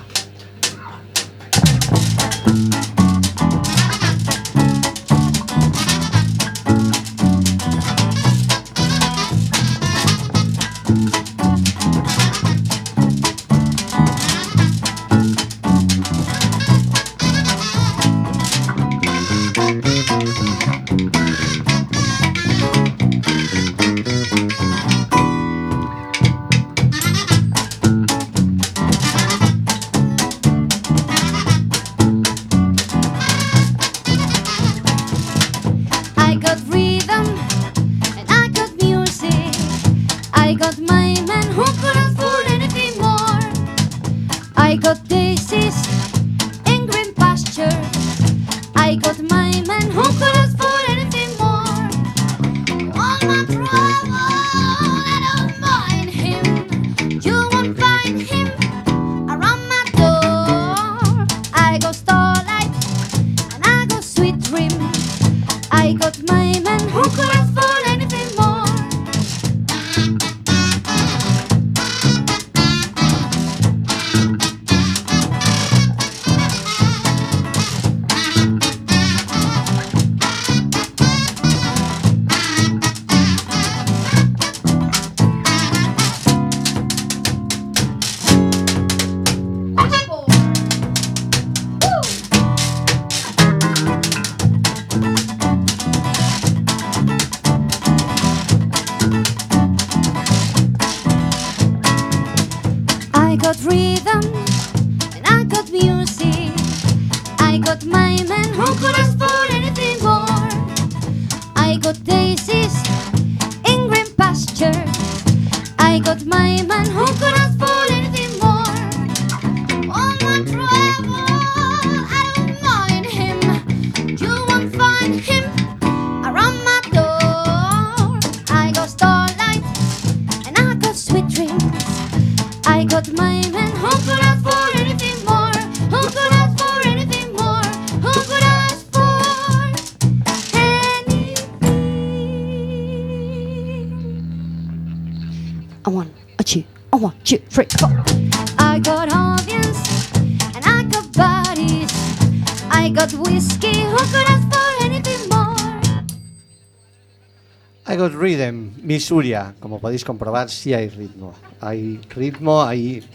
I Got Rhythm, Misuria. Como podéis comprobar, sí hay ritmo. Hay ritmo, hay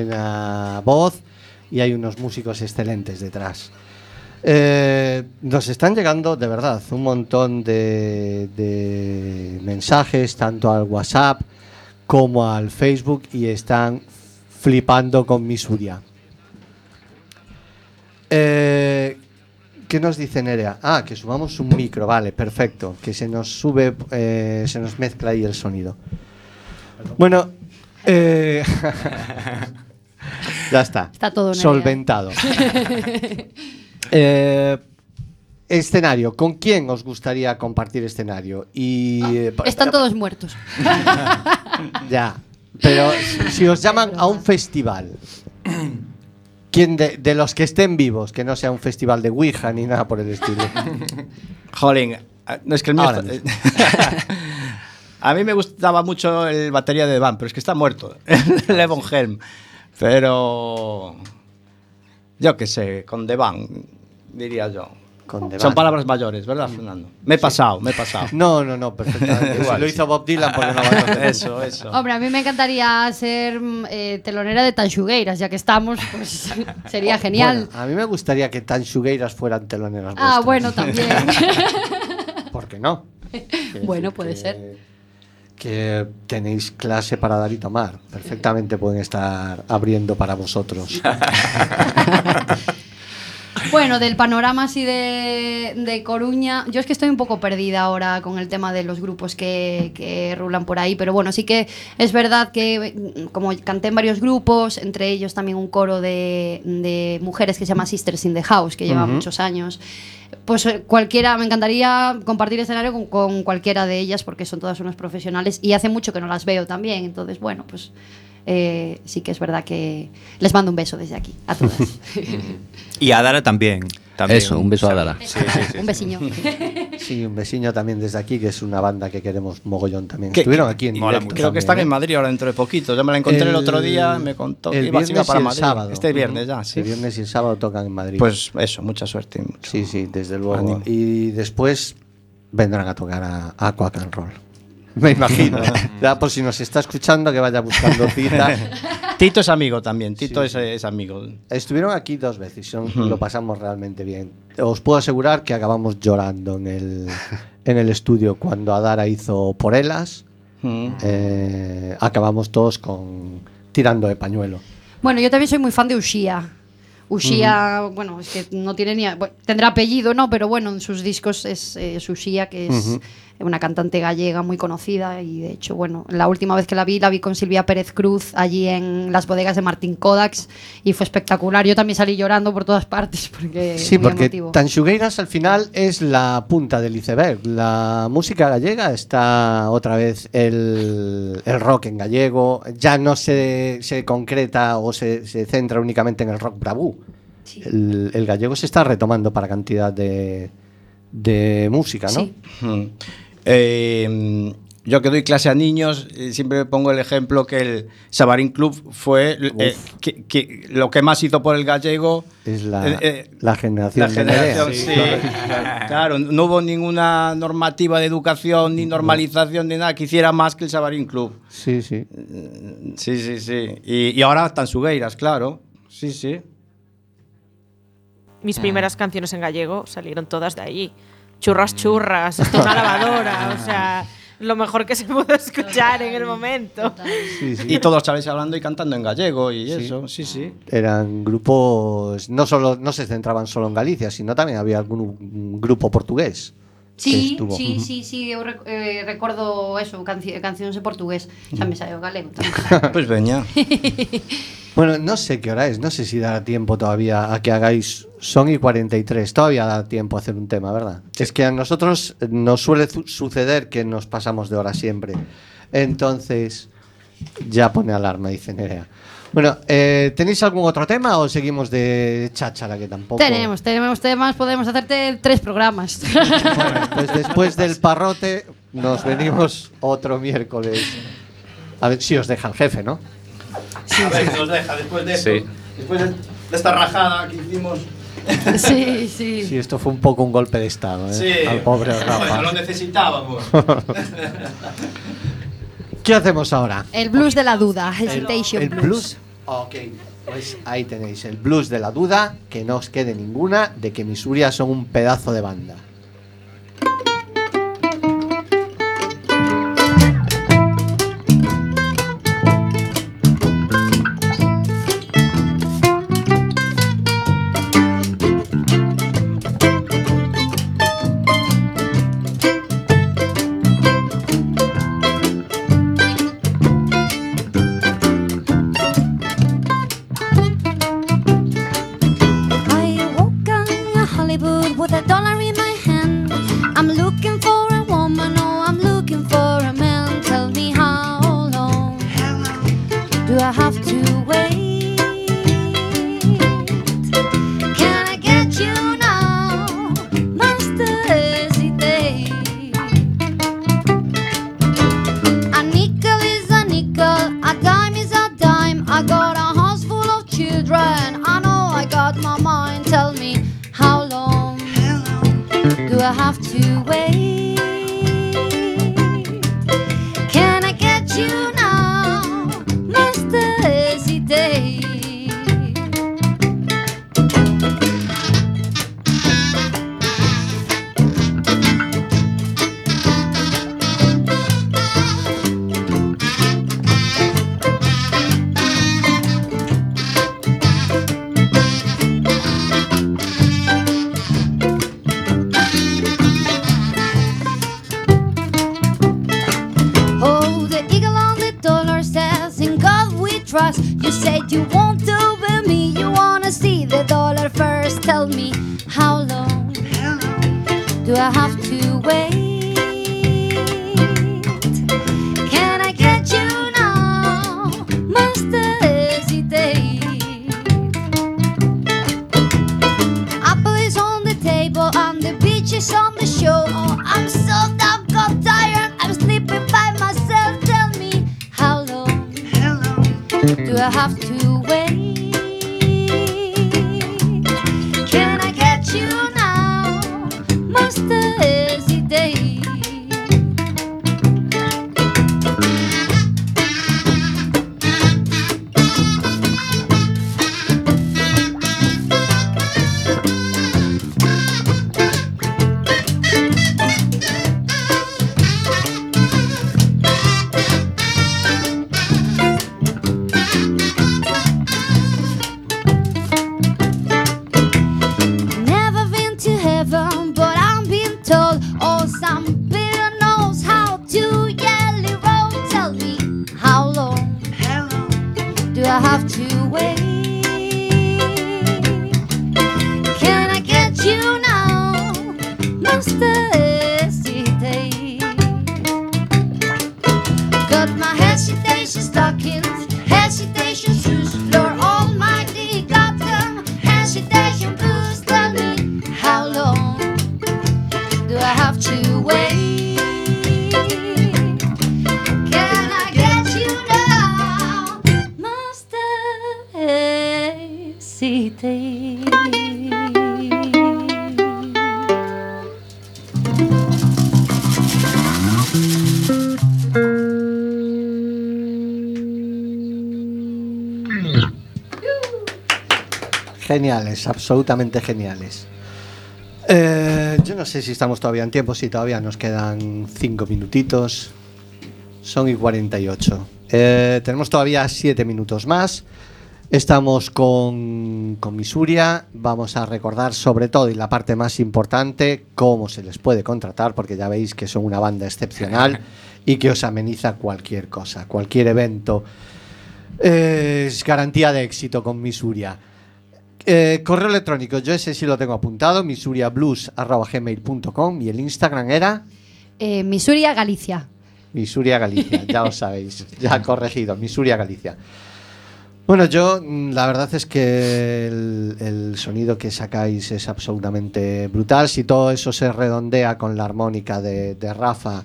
buena voz y hay unos músicos excelentes detrás. Eh, nos están llegando, de verdad, un montón de, de mensajes, tanto al WhatsApp como al Facebook, y están flipando con Misuria. Eh... ¿Qué nos dice Nerea? Ah, que subamos un micro, vale, perfecto. Que se nos sube, eh, se nos mezcla ahí el sonido. Bueno, eh, ya está. Está todo Nerea. Solventado. eh, escenario, ¿con quién os gustaría compartir escenario? Y eh, están todos muertos. Ya, pero si, si os llaman a un festival, ¿Quién de, de los que estén vivos, que no sea un festival de Ouija ni nada por el estilo? Jolín, no es que el mío Ahora está- A mí me gustaba mucho el batería de Van, pero es que está muerto, el Levon Helm. Pero yo qué sé, con The Van, diría yo. Con The Son Van. palabras mayores, ¿verdad, Fernando? Me he pasado, me he pasado. No, no, no, perfectamente. Si lo hizo Bob Dylan, porque no va a hacer Eso, eso. Hombre, a mí me encantaría ser mm, eh, telonera de Tanxugueiras, ya que estamos, pues sería genial. Bueno, a mí me gustaría que Tanxugueiras fueran teloneras Ah, vuestras. bueno, también. ¿Por qué no? Quiero Bueno, decir puede que- ser. Que tenéis clase para dar y tomar. Perfectamente pueden estar abriendo para vosotros. Bueno, del panorama así de, de Coruña, yo es que estoy un poco perdida ahora con el tema de los grupos que, que rulan por ahí, pero bueno, sí que es verdad que mm, como canté en varios grupos, entre ellos también un coro de, de mujeres que se llama Sisters in the House, que lleva Ujú. muchos años, pues eh, cualquiera, me encantaría compartir escenario con, con cualquiera de ellas porque son todas unas profesionales y hace mucho que no las veo también, entonces bueno, pues eh, sí que es verdad que les mando un beso desde aquí a todas. Y a Dara también. también Eso, un beso a Dara. Un besiño. Sí, un vecino también desde aquí, que es una banda que queremos mogollón también. Que- Estuvieron aquí en mola directo mucho. Creo que también, están ¿eh? en Madrid ahora dentro de poquito. Ya me la encontré el, El- otro día, me contó que el iba, se iba viernes para y el Madrid. sábado. Este viernes Ujú. ya, sí. El viernes y el sábado tocan en Madrid. Pues eso, mucha suerte. y mucho sí, sí, desde luego. ánimo. Y después vendrán a tocar a, a Quack and Roll. Me imagino. Ya por si nos está escuchando, que vaya buscando cita. Tito es amigo también, Tito Sí, es, sí. es amigo. Estuvieron aquí dos veces, son- lo pasamos realmente bien. Os puedo asegurar que acabamos llorando en el, en el estudio cuando Adara hizo Por Elas. Mm. Eh, acabamos todos con tirando de pañuelo. Bueno, yo también soy muy fan de Uxía. Uxía, bueno, es que no tiene ni... bueno, tendrá apellido, ¿no? Pero bueno, en sus discos es, eh, es Uxía, que es Ujú. una cantante gallega muy conocida y de hecho, bueno, la última vez que la vi, la vi con Silvia Pérez Cruz allí en las bodegas de Martín Kodaks y fue espectacular. Yo también salí llorando por todas partes porque Sí, es muy porque emotivo. Tanxugueiras al final es la punta del iceberg. La música gallega está otra vez el, el rock en gallego. Ya no se, se concreta o se, se centra únicamente en el rock bravú. Sí. El, el gallego se está retomando para cantidad de, de música, ¿no? Sí. Mm. Eh, yo que doy clase a niños, eh, siempre pongo el ejemplo que el Sabarín Club fue eh, que, que lo que más hizo por el gallego. Es la, eh, eh, la generación La de Nerea. generación, sí. Claro, no hubo ninguna normativa de educación ni normalización de nada que hiciera más que el Sabarín Club. Sí, sí. Sí, sí, sí. Y, y ahora Tanxugueiras, claro. Sí, sí. Mis primeras canciones en gallego salieron todas de allí. Churras, churras, esto es una lavadora, o sea, lo mejor que se pudo escuchar en el momento. Sí, sí. Y todos chavales hablando y cantando en gallego y Sí. eso, sí, sí. Eran grupos, no solo no se centraban solo en Galicia, sino también había algún un grupo portugués. que Sí, estuvo. sí, Ujú. sí, sí, eu rec- eh, recordo eso, canci cancións en portugués. Xa me saiu galego tamén. Pues veña. Bueno, no sé qué hora es, no sé si dará tiempo todavía a que hagáis. Son y cuarenta y tres, todavía da tiempo a hacer un tema, ¿verdad? Es que a nosotros nos suele su- suceder que nos pasamos de hora siempre. Entonces, ya pone alarma, dice Nerea. Bueno, eh, ¿tenéis algún otro tema o seguimos de cháchara que tampoco? Tenemos, tenemos temas, podemos hacerte tres programas. Bueno, pues después del parrote nos venimos otro miércoles. A ver si os deja el jefe, ¿no? A ver si nos deja después de esto. Sí. Después de, de esta rajada que hicimos. Sí, sí. Sí, esto fue un poco un golpe de estado, ¿eh? Sí. Al pobre Bueno, lo Rafa. necesitábamos. ¿Qué hacemos ahora? El blues de la duda, Hesitation El Blues. blues. Ok, pues ahí tenéis el blues de la duda, que no os quede ninguna de que Misuria son un pedazo de banda. I woke up in Hollywood with a dollar in my hand. and I know I got my mind. Tell me, how long do I have to wait? Can I get you now? Must hesitate. Oh, the eagle on the dollar says, in God we trust. You said you won't obey me, you wanna see the dollar first. Tell me, how long do I have to wait? Can I get you now? Must hesitate. Apple is on the table and the beach is on the shore. Oh, I'm so damn got tired, I'm sleeping by myself. Tell me, how long do I have to wait? Can I get you now? Must hesitate. Never been to heaven, but I'm being told, oh, some bitter knows how to jelly roll. Tell me, how long do I have to wait? Can I get you now? Must hesitate. Got my hesitation stockings, hesitation shoes. Lord Almighty got them hesitation blues. Tell me, how long do I have to wait? Can I get you now? Must hesitate. Geniales, absolutamente geniales. Eh, yo no sé si estamos todavía en tiempo, si todavía nos quedan cinco minutitos. Son y cuarenta y ocho. Eh, tenemos todavía siete minutos más. Estamos con, con Misuria. Vamos a recordar sobre todo, y la parte más importante, cómo se les puede contratar, porque ya veis que son una banda excepcional y que os ameniza cualquier cosa, cualquier evento. Eh, es garantía de éxito con Misuria. Eh, correo electrónico, yo ese sí lo tengo apuntado, misuriablues arroba gmail punto com, y el Instagram era Eh, Misuria, Galicia. Misuria Galicia, ya lo sabéis, ya corregido, Misuria Galicia. Bueno, yo mm, la verdad es que el, el sonido que sacáis es absolutamente brutal. Si todo eso se redondea con la armónica de, de Rafa,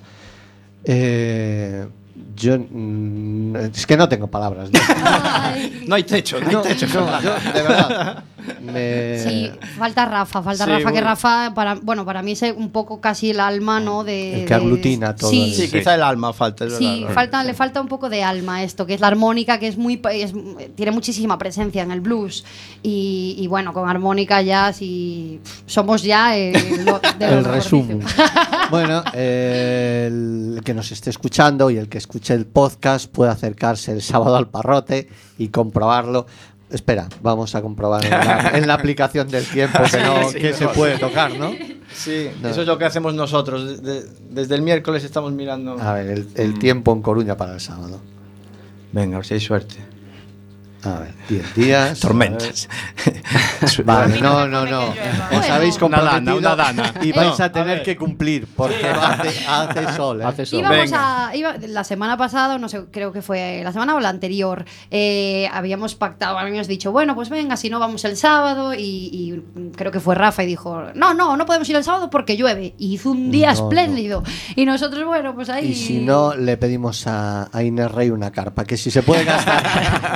eh, yo mm, es que no tengo palabras, ¿no? No hay techo, no hay No, techo. no, yo, de verdad. Me... Sí, falta Rafa, falta Sí, Rafa, que bueno. Rafa, para, bueno, para mí es un poco casi el alma, ¿no? De, El que de- aglutina todo Sí, Sí, quizá el alma falta, es sí, verdad. falta, le falta un poco de alma a esto, que es la armónica, que es muy pa- es- tiene muchísima presencia en el blues. Y, y bueno, con armónica ya sí somos ya eh, lo- de lo el mejorcito. resumen. Bueno, eh, el que nos esté escuchando y el que escuche el podcast puede acercarse el sábado al Parrote y comprobarlo. Espera, vamos a comprobar en la, en la aplicación del tiempo que, no, Sí, que se mejor. puede tocar, ¿no? Sí, No. eso es lo que hacemos nosotros. De- desde el miércoles estamos mirando. A ver, el, el tiempo en Coruña para el sábado. Venga, a ver si hay suerte. A ver, diez días. Tormentas. Vale, no, A mí no no, me no. pone que llueva. Os Bueno. habéis Una comprometido dana, una dana. y vais No, a tener a ver. que cumplir porque hace, hace sol. ¿eh? Hace sol. Íbamos Venga. a, iba- la semana pasada, no sé, creo que fue la semana o la anterior, eh, habíamos pactado, habíamos dicho, bueno, pues venga, si no vamos el sábado, y, y creo que fue Rafa y dijo, no, no, no podemos ir el sábado porque llueve. Y hizo un día No, espléndido. Y nosotros, bueno, pues ahí... Y si no, le pedimos a, a Inés Rey una carpa, que si se puede gastar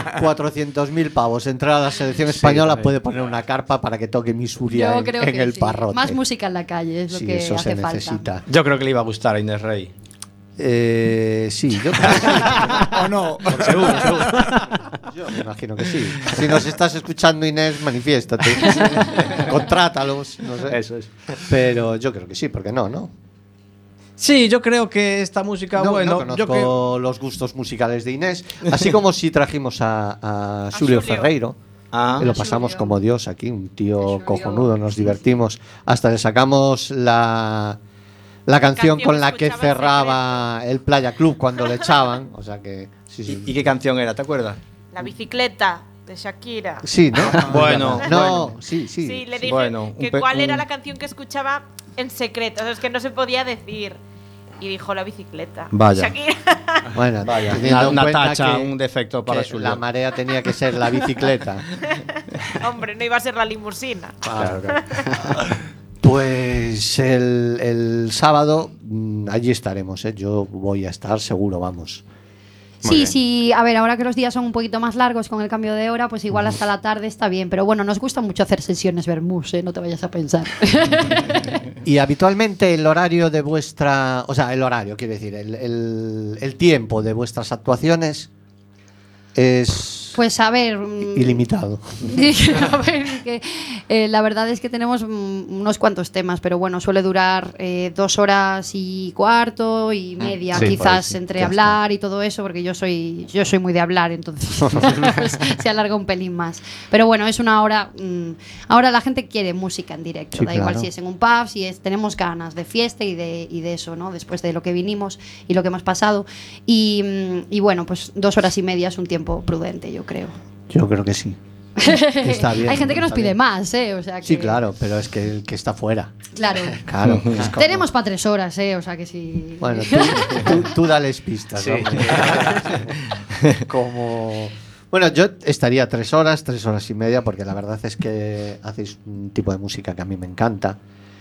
cuatrocientos mil pavos entrar a la selección española, también. puede poner una carpa para que toque Misuria Yo en, creo en que el sí. parrote. Más música en la calle es lo Sí, que eso hace se falta. necesita. Yo creo que le iba a gustar a Inés Rey. Eh, sí, yo creo que sí. ¿O no? Seguro, seguro. Yo me imagino que sí. Si nos estás escuchando, Inés, manifiéstate. Contrátalos, no sé. Eso es. Pero yo creo que sí, porque no, ¿no? Sí, yo creo que esta música, No, bueno, no conozco yo creo... los gustos musicales de Inés. Así como si trajimos a, a, A Julio Julio. Ferreiro. Ah. Y lo A pasamos Julio. como Dios aquí, un tío Julio. cojonudo, nos divertimos. Hasta le sacamos la, la canción canción con que la que escuchaba en cerraba el Playa Club cuando le echaban. O sea que, sí, sí. ¿Y qué canción era? ¿Te acuerdas? La bicicleta de Shakira. Sí, ¿no? Bueno, no, bueno. sí, sí. Sí, le dije Bueno, que un pe- cuál era un- la canción que escuchaba en secreto, o sea, es que no se podía decir. Y dijo la bicicleta. Vaya. Shakira. Bueno, Vaya, teniendo una, en una cuenta tacha, que- un defecto para que Julio. la marea tenía que ser la bicicleta. Hombre, no iba a ser la limusina. Claro, claro. Pues el, el sábado mm, allí estaremos, ¿eh? Yo voy a estar seguro, vamos. Muy Sí, bien. sí, a ver, ahora que los días son un poquito más largos con el cambio de hora, pues igual hasta la tarde está bien. Pero bueno, nos gusta mucho hacer sesiones vermús, ¿eh? No te vayas a pensar. Y habitualmente el horario de vuestra, o sea, el horario, quiero decir, el, el- el tiempo de vuestras actuaciones es Pues a ver. mm, ilimitado. A ver, que, eh, la verdad es que tenemos mm, unos cuantos temas, pero bueno, suele durar eh, dos horas y cuarto y media, sí, por ahí quizás sí, entre ya hablar y todo eso, porque yo soy yo soy muy de hablar, entonces pues, se alarga un pelín más. Pero bueno, es una hora. mm, ahora la gente quiere música en directo, Sí, da igual claro. si es en un pub, si es tenemos ganas de fiesta y de y de eso, ¿no? Después de lo que vinimos y lo que hemos pasado y, mm, y bueno, pues dos horas y media es un tiempo prudente, yo creo. Yo creo que sí. Está bien. Hay gente que nos está pide bien. más, ¿eh? O sea que, Sí, claro, pero es que el que está fuera. Claro. Claro. es como- Tenemos para tres horas, ¿eh? O sea que sí. Bueno, tú, tú, tú dales pistas. Sí. hombre. Como. Bueno, yo estaría tres horas, tres horas y media, porque la verdad es que hacéis un tipo de música que a mí me encanta.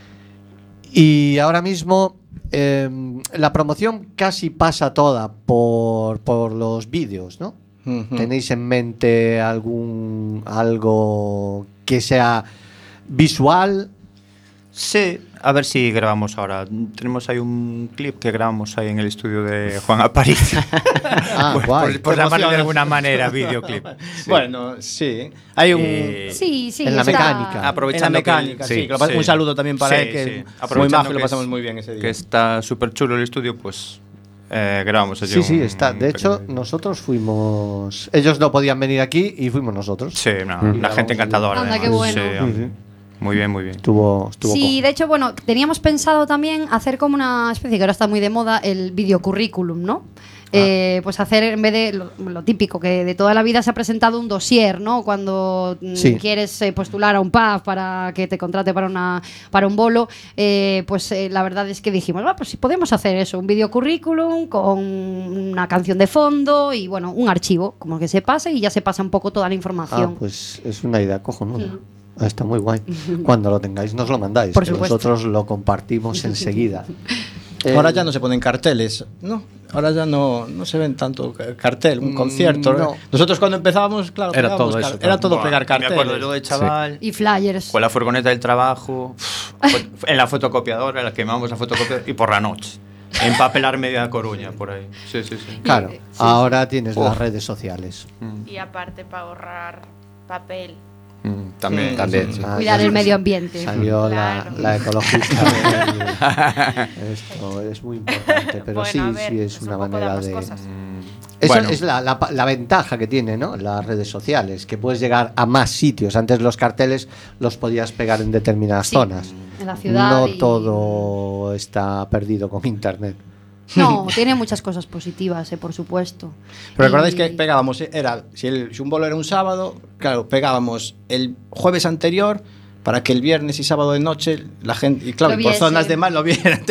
Y ahora mismo eh, la promoción casi pasa toda por, por los vídeos, ¿no? Ujú. ¿Tenéis en mente algún algo que sea visual? Sí, a ver si grabamos ahora. Tenemos ahí un clip que grabamos ahí en el estudio de Juan Aparicio. Ah, por, guay. por, por llamarlo de Promociones. alguna manera, videoclip. Sí. Bueno, sí. Hay un... Eh, Sí, sí. En la está- mecánica. Aprovechando en la mecánica, que- sí, que lo pas- un saludo también para Sí, él, que sí. es muy Aprovechando majo y lo que pasamos es- muy bien ese día. Que está súper chulo el estudio, pues eh, grabamos allí Sí, sí, un- está. De un hecho, pequeño- nosotros fuimos. Ellos no podían venir aquí y fuimos nosotros. Sí, no, Mm. una gente encantadora. Anda, qué además. bueno. Sí, hombre. Sí, Muy bien, muy bien. Estuvo, estuvo Sí, cojo. de hecho, bueno, teníamos pensado también hacer como una especie, que ahora está muy de moda, el videocurrículum, ¿no? Eh, pues hacer, en vez de lo, lo típico, que de toda la vida se ha presentado un dossier, ¿no? Cuando mm, Sí. quieres eh, postular a un pub para que te contrate para una para un bolo, eh, pues eh, la verdad es que dijimos, "Ah, pues si podemos hacer eso, un videocurrículum con una canción de fondo y, bueno, un archivo, como que se pase y ya se pasa un poco toda la Ah, información. pues es una idea cojonuda. Mm. Ah, está muy guay. Cuando lo tengáis, nos lo mandáis. Por que supuesto. nosotros lo compartimos enseguida. Eh, Ahora ya no se ponen carteles, ¿no? Ahora ya no, no se ven tanto ca- cartel, un Mm, concierto. no. Nosotros cuando empezábamos, claro, Era pegábamos todo car- eso, Era claro. todo Buah, pegar Me carteles. acuerdo yo de chaval. Y flyers. Con la furgoneta del trabajo, fue- en la fotocopiadora, la quemamos la fotocopiadora y por la noche. Empapelar media Coruña por ahí. Sí, sí, sí. Claro, Sí, sí. ahora tienes Oh. las redes sociales. Mm, Y aparte para ahorrar papel. mm, también. Mm, también, sí. Ah, Cuidar ya el medio ambiente. Salió la, Claro. la ecologista. del- Esto es muy importante, pero Bueno, sí, a ver, sí es pues una un poco de manera ambas de. cosas. Mm, Esa bueno, es la, la, la ventaja que tiene, ¿no? Las redes sociales, que puedes llegar a más sitios. Antes los carteles los podías pegar en determinadas Sí, zonas. en la ciudad No y- todo está perdido con internet. No, tiene muchas cosas positivas, eh, por supuesto. Pero recordáis Y- que pegábamos, eh, era, si, el, si un bolo era un sábado, claro, pegábamos el jueves anterior para que el viernes y sábado de noche la gente, y claro, Lo y por viese. zonas de mal lo vieran.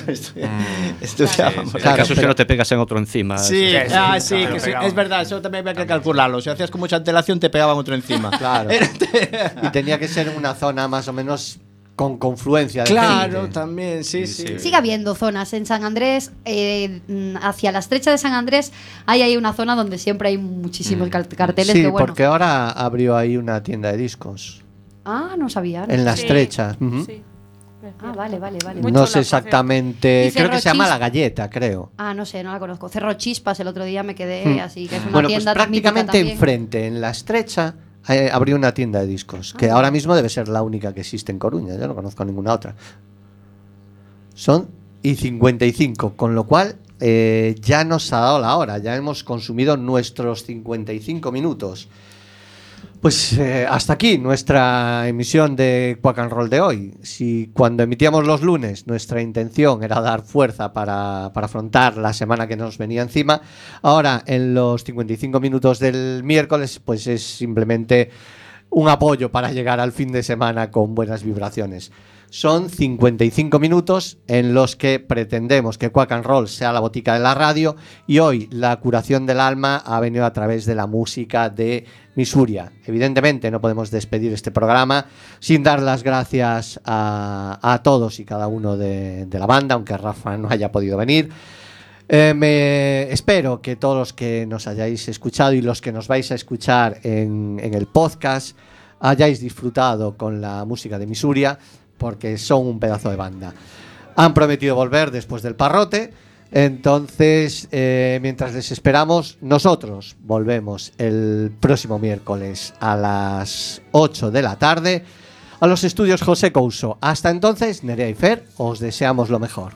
Mm. Estudiábamos. Sí, sí. El Claro, caso es que pero- no te pegas en otro encima. Sí, Sí, sí, ah, sí, claro, que sí, pegamos. es verdad, eso también había que calcularlo. Si hacías con mucha antelación, te pegaban otro encima. Claro. Y tenía que ser una zona más o menos con confluencia de Claro, gente. también, sí, sí. Sí, sí. Sigue habiendo zonas en San Andrés, eh, mm, hacia la estrecha de San Andrés hay ahí una zona donde siempre hay muchísimos cal- carteles Sí, que bueno. porque ahora abrió ahí una tienda de discos. Ah, no sabía. no En la Sí, estrecha. Ujú. sí. Ah, vale, vale, vale. Muy No chula, sé por exactamente, Y creo que se llama Cerro La Chis- Galleta, creo. Ah, no sé, no la conozco. Cerro Chispas, el otro día me quedé, Hmm. así que es una Bueno, pues tienda prácticamente mítica también. enfrente, en la estrecha, eh, abrió una tienda de discos, que Ah. ahora mismo debe ser la única que existe en Coruña, yo no conozco ninguna otra. Son y cincuenta y cinco, con lo cual eh, ya nos ha dado la hora, ya hemos consumido nuestros cincuenta y cinco minutos. Pues eh, hasta aquí nuestra emisión de Quack and Roll de hoy. Si cuando emitíamos los lunes nuestra intención era dar fuerza para, para afrontar la semana que nos venía encima, ahora en los cincuenta y cinco minutos del miércoles pues es simplemente un apoyo para llegar al fin de semana con buenas vibraciones. Son cincuenta y cinco minutos en los que pretendemos que Quack and Roll sea la botica de la radio y hoy la curación del alma ha venido a través de la música de Misuria. Evidentemente no podemos despedir este programa sin dar las gracias a, a todos y cada uno de, de la banda, aunque Rafa no haya podido venir. Eh, me espero que todos los que nos hayáis escuchado y los que nos vais a escuchar en, en el podcast hayáis disfrutado con la música de Misuria, porque son un pedazo de banda. Han prometido volver después del parrote, entonces eh, mientras les esperamos, nosotros volvemos el próximo miércoles a las ocho de la tarde a los estudios José Couso. Hasta entonces, Nerea y Fer, os deseamos lo mejor.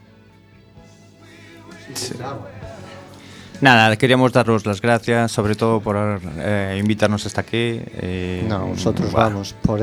Nada, queríamos daros las gracias, sobre todo por eh, invitarnos hasta aquí. eh, No, nosotros bueno. vamos por